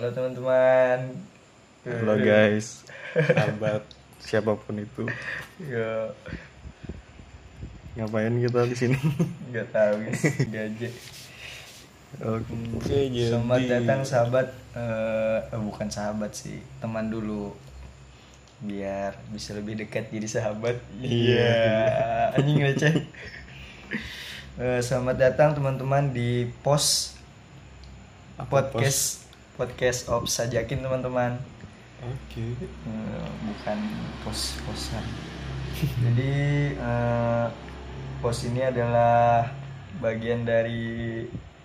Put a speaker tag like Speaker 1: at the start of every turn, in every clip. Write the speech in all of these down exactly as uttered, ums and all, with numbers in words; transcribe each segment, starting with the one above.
Speaker 1: Halo teman-teman.
Speaker 2: Halo guys, sahabat siapapun itu.
Speaker 1: Ya,
Speaker 2: Ngapain kita di sini?
Speaker 1: nggak tahu guys, gaje.
Speaker 2: Oke, jadi
Speaker 1: Selamat datang sahabat, eh eh, bukan sahabat sih, teman dulu. Biar bisa lebih dekat jadi sahabat.
Speaker 2: Iya.
Speaker 1: Anjing receh. Eh, selamat datang teman-teman di pos
Speaker 2: Apa
Speaker 1: podcast podcast of Sajakin teman-teman.
Speaker 2: Oke.
Speaker 1: Eh, bukan pos-posan. Jadi eh, pos ini adalah bagian dari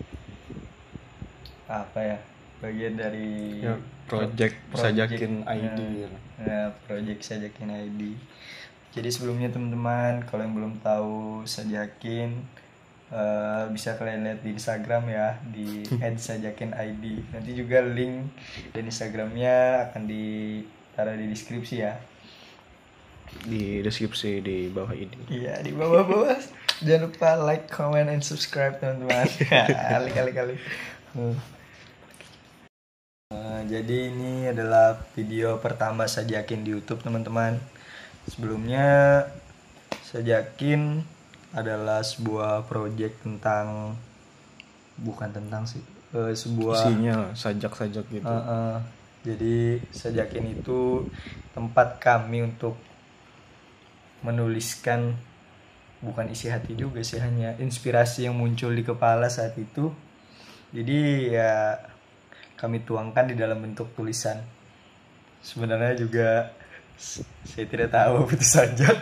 Speaker 1: apa ya? Bagian dari
Speaker 2: Ya, project Sajakin I D.
Speaker 1: Ya, ya, project Sajakin I D. Jadi sebelumnya teman-teman, kalau yang belum tahu Sajakin, eh, bisa kalian lihat di Instagram ya, di et sajakin i d. Nanti juga link dan Instagramnya akan ditaruh di deskripsi ya.
Speaker 2: Di deskripsi di bawah ini.
Speaker 1: Iya, di bawah-bawah. Jangan lupa like, comment, and subscribe teman-teman. Kali-kali-kali. Hmm. Eh, jadi ini adalah video pertama Sajakin di YouTube teman-teman. Sebelumnya Sajakin adalah sebuah project tentang, bukan tentang sih, eh, sebuah
Speaker 2: Isinya sajak-sajak gitu.
Speaker 1: Eh, eh, jadi Sajakin itu tempat kami untuk menuliskan, bukan isi hati juga sih, hanya inspirasi yang muncul di kepala saat itu. Jadi ya kami tuangkan di dalam bentuk tulisan. Sebenarnya juga s- saya tidak tahu apa itu sajak.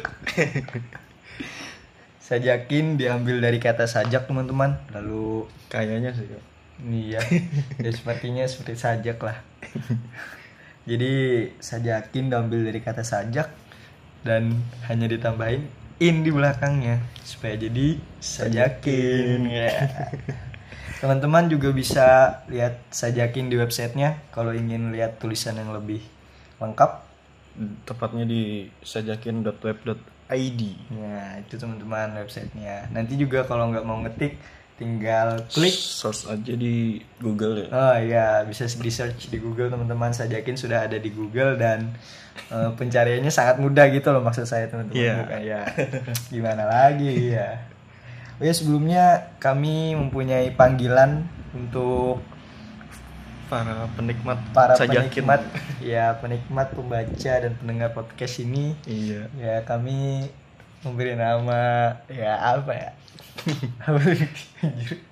Speaker 1: Sajakin diambil dari kata sajak teman-teman. Lalu
Speaker 2: Kayaknya sih. Kak.
Speaker 1: iya, ya sepertinya seperti sajak lah. Jadi Sajakin diambil dari kata sajak dan hanya ditambahin in di belakangnya supaya jadi Sajakin. Ya. Teman-teman juga bisa lihat Sajakin di websitenya kalau ingin lihat tulisan yang lebih lengkap.
Speaker 2: Tepatnya di sajakin dot web dot i d.
Speaker 1: Ya itu teman-teman websitenya. Nanti juga kalau nggak mau ngetik tinggal klik.
Speaker 2: Search aja di Google ya.
Speaker 1: Oh iya, bisa di search di Google teman-teman. Sajakin sudah ada di Google dan eh, pencariannya sangat mudah gitu loh maksud saya teman-teman.
Speaker 2: Iya.
Speaker 1: Bukan ya. Gimana lagi ya. Oh ya, sebelumnya kami mempunyai panggilan untuk
Speaker 2: Para penikmat
Speaker 1: para
Speaker 2: Sajakin.
Speaker 1: penikmat, ya penikmat, pembaca dan pendengar podcast ini.
Speaker 2: Iya.
Speaker 1: Ya kami memberi nama ya apa ya? Apa sih? Anjir.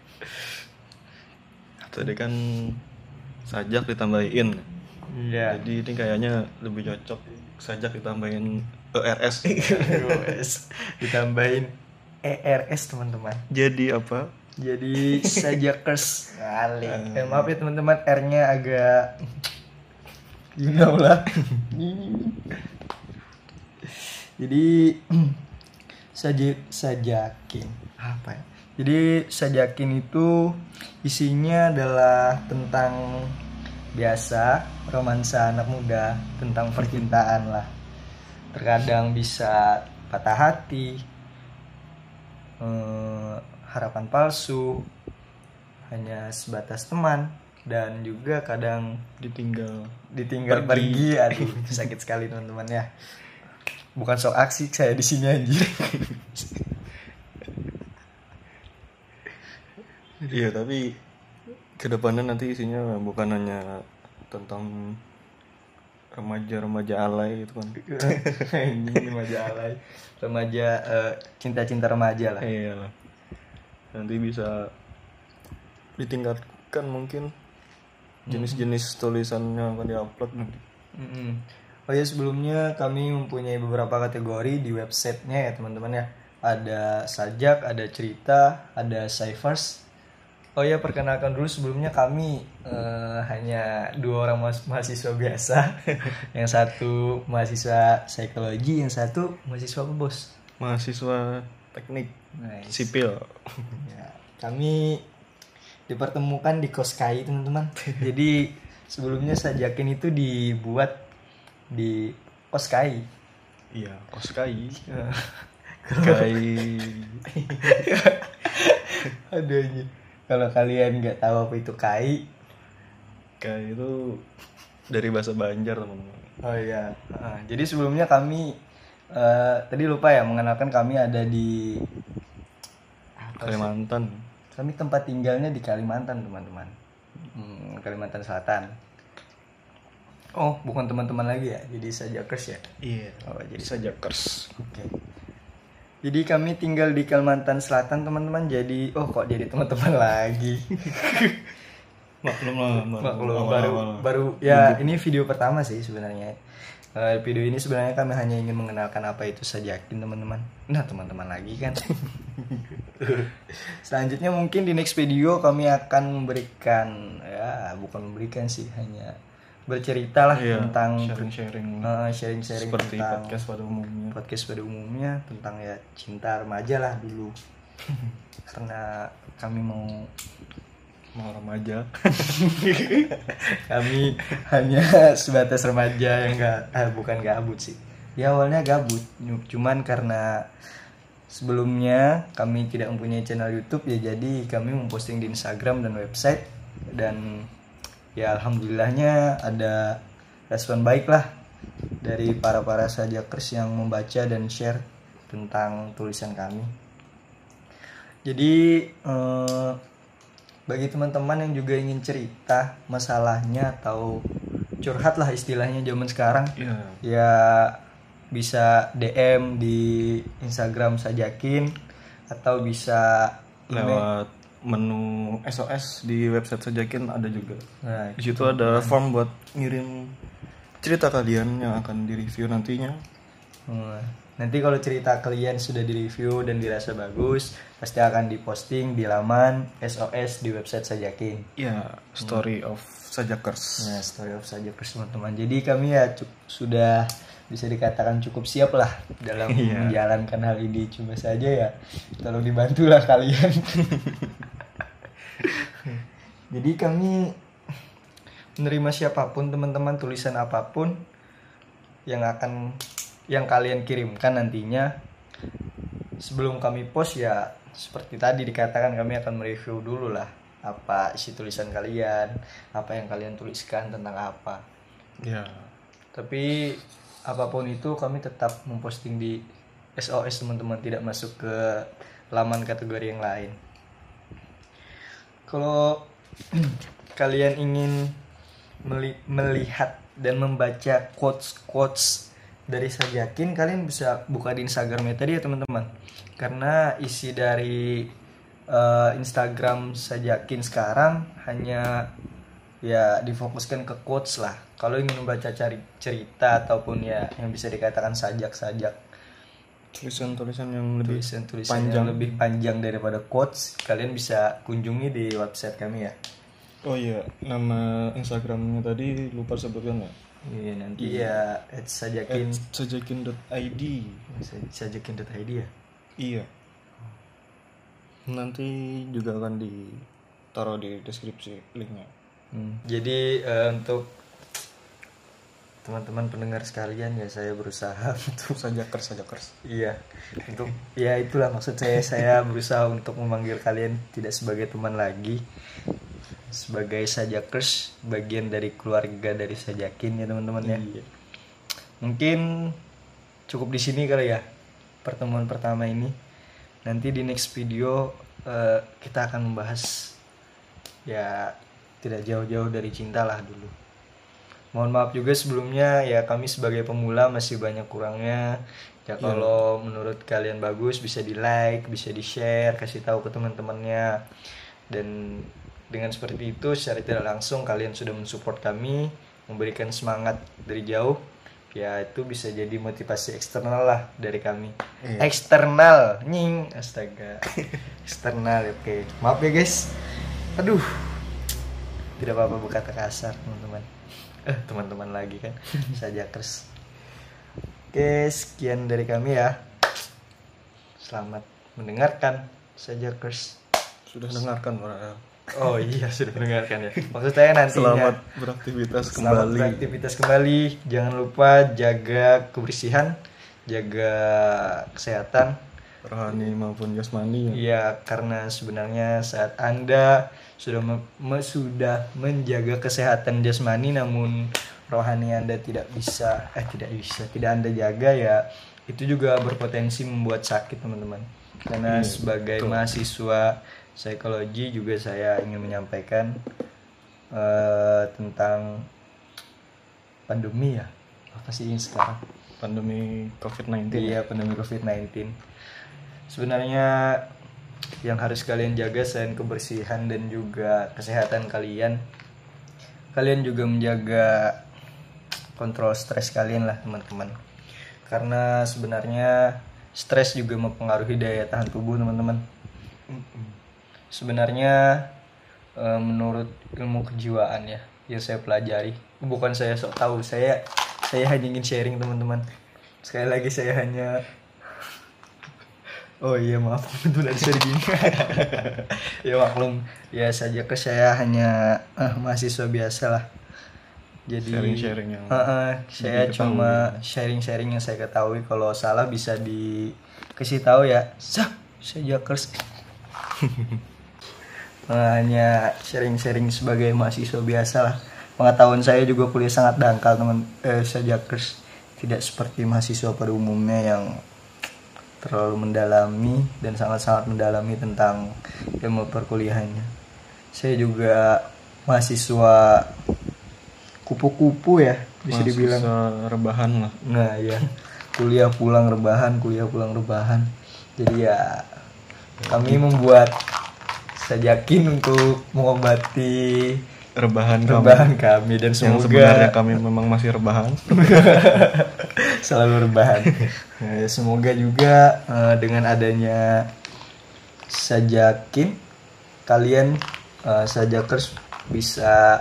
Speaker 2: Tadi kan sajak ditambahin.
Speaker 1: Iya.
Speaker 2: Jadi ini kayaknya lebih cocok sajak ditambahin E R S.
Speaker 1: Terus ditambahin E R S teman-teman.
Speaker 2: Jadi apa?
Speaker 1: Jadi Sajakers kali. Eh, maaf ya teman-teman, R-nya agak you know lah. Jadi Sajak Sajakin apa ya? Jadi Sajakin itu isinya adalah tentang biasa romansa anak muda, tentang percintaan lah. Terkadang bisa patah hati, eh, harapan palsu, hanya sebatas teman, dan juga kadang
Speaker 2: Ditinggal.
Speaker 1: ditinggal pergi.
Speaker 2: Pergi.
Speaker 1: Aduh, sakit sekali teman-teman ya. Bukan sok aksi saya di sini anjir.
Speaker 2: Iya, tapi kedepannya nanti isinya bukan hanya tentang remaja-remaja alay itu kan.
Speaker 1: Ini remaja alay, remaja, eh, cinta-cinta remaja lah.
Speaker 2: Iya lah. Nanti bisa ditingkatkan mungkin jenis-jenis tulisannya akan diupload nanti.
Speaker 1: Mm-mm. Oh ya, sebelumnya kami mempunyai beberapa kategori di websitenya ya teman-teman ya. Ada sajak, ada cerita, ada ciphers. Oh ya, perkenalkan dulu sebelumnya kami eh, hanya dua orang mahas- mahasiswa biasa. Yang satu mahasiswa psikologi, yang satu mahasiswa apa bos?
Speaker 2: Mahasiswa teknik
Speaker 1: Nice.
Speaker 2: sipil.
Speaker 1: Ya, kami dipertemukan di Koskai teman-teman. Jadi sebelumnya Sajakin itu dibuat di Koskai.
Speaker 2: Iya, koskai. Kai.
Speaker 1: Aduh anjir. Kalau kalian nggak tahu apa itu Kai,
Speaker 2: Sajakrska itu dari bahasa Banjar teman-teman.
Speaker 1: Oh iya. Uh, jadi sebelumnya kami uh, tadi lupa ya mengenalkan kami ada di
Speaker 2: Kalimantan.
Speaker 1: Kami tempat tinggalnya di Kalimantan teman-teman. Hmm, Kalimantan Selatan. Oh bukan teman-teman lagi ya, jadi Sajakers ya.
Speaker 2: Iya.
Speaker 1: Oh jadi
Speaker 2: Sajakers.
Speaker 1: Oke. Jadi kami tinggal di Kalimantan Selatan teman-teman. Jadi oh kok jadi teman-teman lagi.
Speaker 2: Maklum lah,
Speaker 1: maklum baru baru ya ini video pertama sih sebenarnya. Uh, video ini sebenarnya kami hanya ingin mengenalkan apa itu Sajakin teman-teman. Nah teman-teman lagi kan. Selanjutnya mungkin di next video kami akan memberikan ya bukan memberikan sih hanya bercerita lah
Speaker 2: iya,
Speaker 1: tentang
Speaker 2: sharing-sharing
Speaker 1: uh, sharing-sharing
Speaker 2: seperti
Speaker 1: tentang
Speaker 2: podcast pada umumnya.
Speaker 1: Podcast pada umumnya tentang ya cinta remaja lah dulu. Karena kami mau
Speaker 2: mau remaja.
Speaker 1: Kami hanya sebatas remaja yang enggak eh, bukan gabut sih. Ya awalnya gabut, cuman karena sebelumnya kami tidak mempunyai channel YouTube ya jadi kami memposting di Instagram dan website dan ya alhamdulillahnya ada respon baik lah dari para-para Sajakers yang membaca dan share tentang tulisan kami. Jadi eh, bagi teman-teman yang juga ingin cerita masalahnya atau curhat lah istilahnya zaman sekarang,
Speaker 2: yeah.
Speaker 1: ya bisa D M di Instagram Sajakin atau bisa
Speaker 2: lewat menu S O S di website Sajakin ada juga.
Speaker 1: Nah,
Speaker 2: di situ ada form buat ngirim cerita kalian yang akan direview nantinya.
Speaker 1: Nah, nanti kalau cerita kalian sudah direview dan dirasa bagus, pasti akan diposting di laman S O S di website Sajakin.
Speaker 2: Ya, Story hmm. of Sajakers.
Speaker 1: Nah, Story of Sajakers teman-teman. Jadi kami ya cu- sudah bisa dikatakan cukup siap lah dalam yeah. menjalankan hal ini. Cuma saja ya, tolong dibantulah kalian. Jadi kami menerima siapapun teman-teman, tulisan apapun yang akan yang kalian kirimkan nantinya. Sebelum kami post ya seperti tadi dikatakan kami akan mereview dulu lah apa isi tulisan kalian, apa yang kalian tuliskan tentang apa.
Speaker 2: Ya.
Speaker 1: Tapi apapun itu kami tetap memposting di S O S teman-teman, tidak masuk ke laman kategori yang lain. Kalau kalian ingin meli- melihat dan membaca quotes-quotes dari Sajakin, kalian bisa buka di Instagramnya tadi ya teman-teman. Karena isi dari uh, Instagram Sajakin sekarang hanya ya difokuskan ke quotes lah. Kalau ingin membaca cari cerita ataupun ya yang bisa dikatakan sajak-sajak,
Speaker 2: tulisan-tulisan yang lebih
Speaker 1: tulisan-tulisan
Speaker 2: panjang.
Speaker 1: yang lebih panjang daripada quotes, kalian bisa kunjungi di website kami ya.
Speaker 2: Oh iya, nama Instagramnya tadi lupa sebutkan ya.
Speaker 1: Iya nanti ya at sajakin
Speaker 2: at sajakin dot i d
Speaker 1: sajakin dot i d ya.
Speaker 2: Iya. Nanti juga akan ditaruh di deskripsi linknya.
Speaker 1: Hmm. Jadi uh, untuk teman-teman pendengar sekalian ya saya berusaha untuk
Speaker 2: Sajakers Sajakers.
Speaker 1: Iya. Untuk ya itulah maksud saya saya berusaha untuk memanggil kalian tidak sebagai teman lagi, sebagai Sajakers, bagian dari keluarga dari Sajakin ya teman-teman ya.
Speaker 2: Iya.
Speaker 1: Mungkin cukup di sini kali ya pertemuan pertama ini. Nanti di next video uh, kita akan membahas ya tidak jauh-jauh dari cinta lah dulu. Mohon maaf juga sebelumnya ya kami sebagai pemula masih banyak kurangnya. Ya kalau yeah. menurut kalian bagus bisa di like, bisa di share, kasih tahu ke teman-temannya. Dan dengan seperti itu secara tidak langsung kalian sudah mensupport kami, memberikan semangat dari jauh. Ya itu bisa jadi motivasi eksternal lah dari kami. Yeah. Eksternal, nying, astaga. Eksternal, oke. Okay. Maaf ya guys. Aduh. Tidak apa-apa berkata kasar teman-teman. Eh teman-teman lagi kan. Sajakers. Oke, sekian dari kami ya. Selamat mendengarkan Sajakers.
Speaker 2: Sudah dengarkan Pak.
Speaker 1: Oh iya sudah mendengarkan ya. Maksud saya nantinya
Speaker 2: selamat beraktivitas
Speaker 1: selamat
Speaker 2: kembali.
Speaker 1: Selamat beraktivitas kembali. Jangan lupa jaga kebersihan, jaga kesehatan,
Speaker 2: rohani maupun jasmani ya.
Speaker 1: Iya, karena sebenarnya saat Anda sudah me- me- sudah menjaga kesehatan jasmani namun rohani Anda tidak bisa eh tidak bisa, tidak Anda jaga ya, itu juga berpotensi membuat sakit, teman-teman. Karena
Speaker 2: Iya,
Speaker 1: sebagai
Speaker 2: betul.
Speaker 1: mahasiswa psikologi juga saya ingin menyampaikan eh, tentang pandemi ya. Apa sih ini sekarang?
Speaker 2: Pandemi covid sembilan belas.
Speaker 1: Iya, pandemi covid sembilan belas. Sebenarnya yang harus kalian jaga selain kebersihan dan juga kesehatan kalian, kalian juga menjaga kontrol stres kalian lah, teman-teman. Karena sebenarnya stres juga mempengaruhi daya tahan tubuh, teman-teman. Sebenarnya eh, menurut ilmu kejiwaan ya yang saya pelajari, bukan saya sok tahu, saya saya hanya ingin sharing, teman-teman. Sekali lagi saya hanya oh iya maaf, betul dari seri gini. Ya maklum, ya saja ke saya hanya eh, mahasiswa biasa lah. Jadi
Speaker 2: Sharing-sharing yang
Speaker 1: eh, eh, saya
Speaker 2: diketahui.
Speaker 1: cuma sharing-sharing yang saya ketahui. Kalau salah bisa dikasih tahu ya. Sah, saya jakers. Hanya sharing-sharing sebagai mahasiswa biasa lah. Pengetahuan saya juga kuliah sangat dangkal, teman. Eh, saya jakers tidak seperti mahasiswa pada umumnya yang terlalu mendalami dan sangat-sangat mendalami tentang ilmu perkuliahannya. Saya juga mahasiswa kupu-kupu ya, bisa dibilang.
Speaker 2: Mahasiswa rebahan lah.
Speaker 1: Nah ya, kuliah pulang rebahan, kuliah pulang rebahan. Jadi ya kami membuat sajakin untuk mengobati
Speaker 2: Rebahan kami.
Speaker 1: rebahan kami dan
Speaker 2: Yang
Speaker 1: semoga
Speaker 2: sebenarnya kami memang masih rebahan.
Speaker 1: selalu rebahan. Nah, semoga juga eh, dengan adanya sajakin kalian eh, sajakers bisa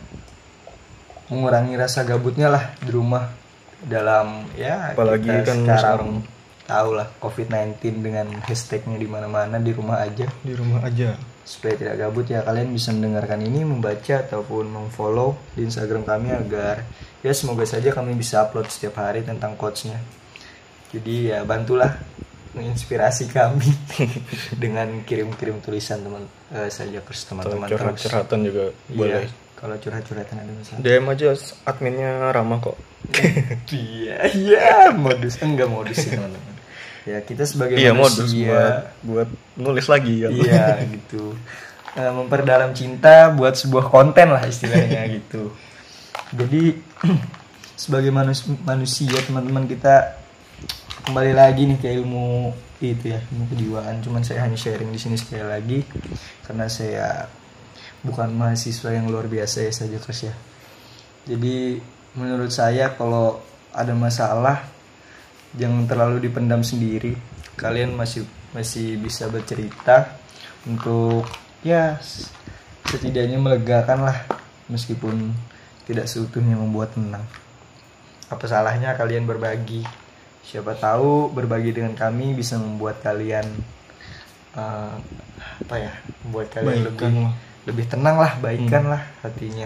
Speaker 1: mengurangi rasa gabutnya lah di rumah dalam ya
Speaker 2: Apalagi
Speaker 1: kita
Speaker 2: kan
Speaker 1: sekarang
Speaker 2: sekarang
Speaker 1: tahu lah covid sembilan belas dengan hashtagnya di mana-mana, di rumah aja.
Speaker 2: Di rumah aja.
Speaker 1: Supaya tidak gabut ya, kalian bisa mendengarkan ini, membaca ataupun memfollow di Instagram kami agar ya semoga saja kami bisa upload setiap hari tentang quotes-nya. Jadi ya bantulah menginspirasi kami dengan kirim-kirim tulisan teman eh, saja ke teman-teman terus.
Speaker 2: Curhat-curhatan juga boleh.
Speaker 1: Iya, kalau curhat-curhatan ada masalah.
Speaker 2: D M aja, adminnya ramah kok.
Speaker 1: Iya, iya, modus enggak modus sih teman-teman. Ya kita sebagai
Speaker 2: Iya, modus
Speaker 1: manusia
Speaker 2: buat buat nulis lagi ya.
Speaker 1: iya gitu. Eh, memperdalam cinta buat sebuah konten lah istilahnya gitu. Jadi sebagai manus- manusia teman-teman, kita kembali lagi nih ke ilmu itu ya, ilmu kejiwaan. Cuman saya hanya sharing di sini sekali lagi karena saya bukan mahasiswa yang luar biasa ya saja Chris ya. Jadi menurut saya kalau ada masalah jangan terlalu dipendam sendiri. Kalian masih masih bisa bercerita untuk ya setidaknya melegakan lah, meskipun tidak seutuhnya membuat tenang. Apa salahnya kalian berbagi? Siapa tahu berbagi dengan kami bisa membuat kalian uh, apa ya? Membuat kalian
Speaker 2: Baikan
Speaker 1: lebih
Speaker 2: lah.
Speaker 1: lebih tenang lah, baikan lah hatinya.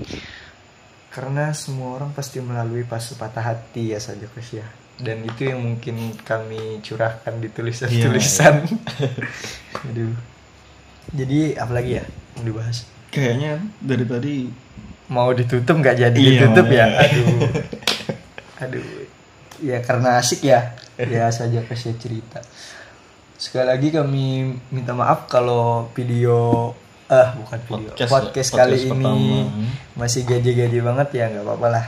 Speaker 1: Karena semua orang pasti melalui fase patah hati ya saja Chris ya. Dan itu yang mungkin kami curahkan di tulisan-tulisan. Aduh. Jadi apalagi ya mau dibahas?
Speaker 2: Kayaknya dari tadi
Speaker 1: Mau ditutup nggak jadi
Speaker 2: Iya,
Speaker 1: ditutup ya?
Speaker 2: makanya.
Speaker 1: Aduh. Aduh. Ya karena asik ya. Ya saja kasih cerita. Sekali lagi kami minta maaf kalau video ah bukan video
Speaker 2: Podcast
Speaker 1: podcast,
Speaker 2: ya,
Speaker 1: kali
Speaker 2: podcast
Speaker 1: ini
Speaker 2: pertama.
Speaker 1: masih gaje-gaje banget ya, nggak apa-apa lah.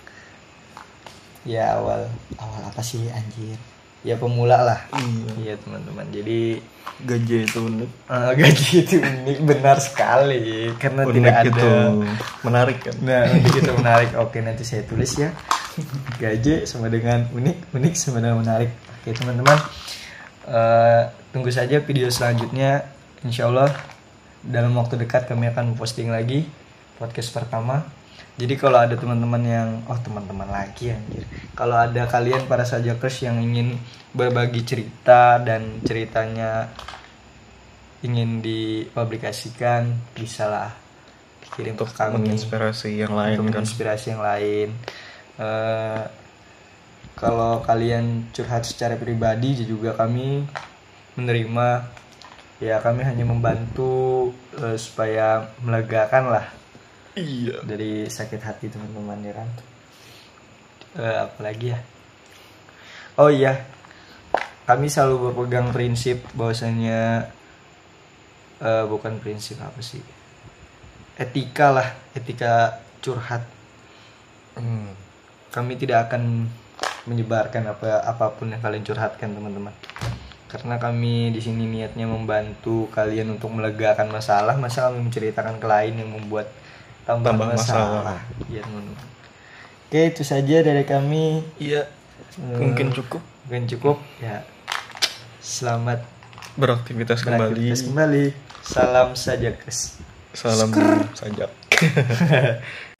Speaker 1: Ya awal awal apa sih anjir? Ya pemula lah.
Speaker 2: Iya.
Speaker 1: Iya teman-teman. Jadi
Speaker 2: gaji itu unik.
Speaker 1: eh, gaji itu unik, benar sekali karena
Speaker 2: Unik
Speaker 1: tidak ada.
Speaker 2: itu menarik kan.
Speaker 1: Nah unik itu menarik. Oke nanti saya tulis ya. Gaji sama dengan unik, unik sama dengan menarik. Oke teman-teman. Eh, tunggu saja video selanjutnya. Insya Allah dalam waktu dekat kami akan posting lagi podcast pertama. Jadi kalau ada teman-teman yang oh teman-teman lagi anjir. Kalau ada kalian para sajakers yang ingin berbagi cerita dan ceritanya ingin dipublikasikan, bisalah dikirim
Speaker 2: Untuk
Speaker 1: ke kami
Speaker 2: menginspirasi yang lain
Speaker 1: untuk
Speaker 2: kan.
Speaker 1: menginspirasi yang lain. Eh, kalau kalian curhat secara pribadi juga kami menerima. Ya kami hanya membantu uh, supaya melegakan lah
Speaker 2: Iya.
Speaker 1: dari sakit hati teman-teman ya kan. Uh, apalagi ya. Oh iya, kami selalu berpegang prinsip bahwasanya uh, bukan prinsip apa sih, etika lah, etika curhat.
Speaker 2: Hmm.
Speaker 1: Kami tidak akan menyebarkan apa apapun yang kalian curhatkan teman-teman, karena kami di sini niatnya membantu kalian untuk melegakan masalah, masa kami menceritakan ke lain yang membuat tambah,
Speaker 2: Tambah
Speaker 1: masalah.
Speaker 2: masalah.
Speaker 1: Ya teman-teman. Oke, itu saja dari kami.
Speaker 2: Iya.
Speaker 1: Hmm,
Speaker 2: Mungkin cukup.
Speaker 1: Mungkin cukup ya. Selamat
Speaker 2: Beraktivitas kembali.
Speaker 1: beraktivitas kembali. Salam saja guys.
Speaker 2: Salam sajak.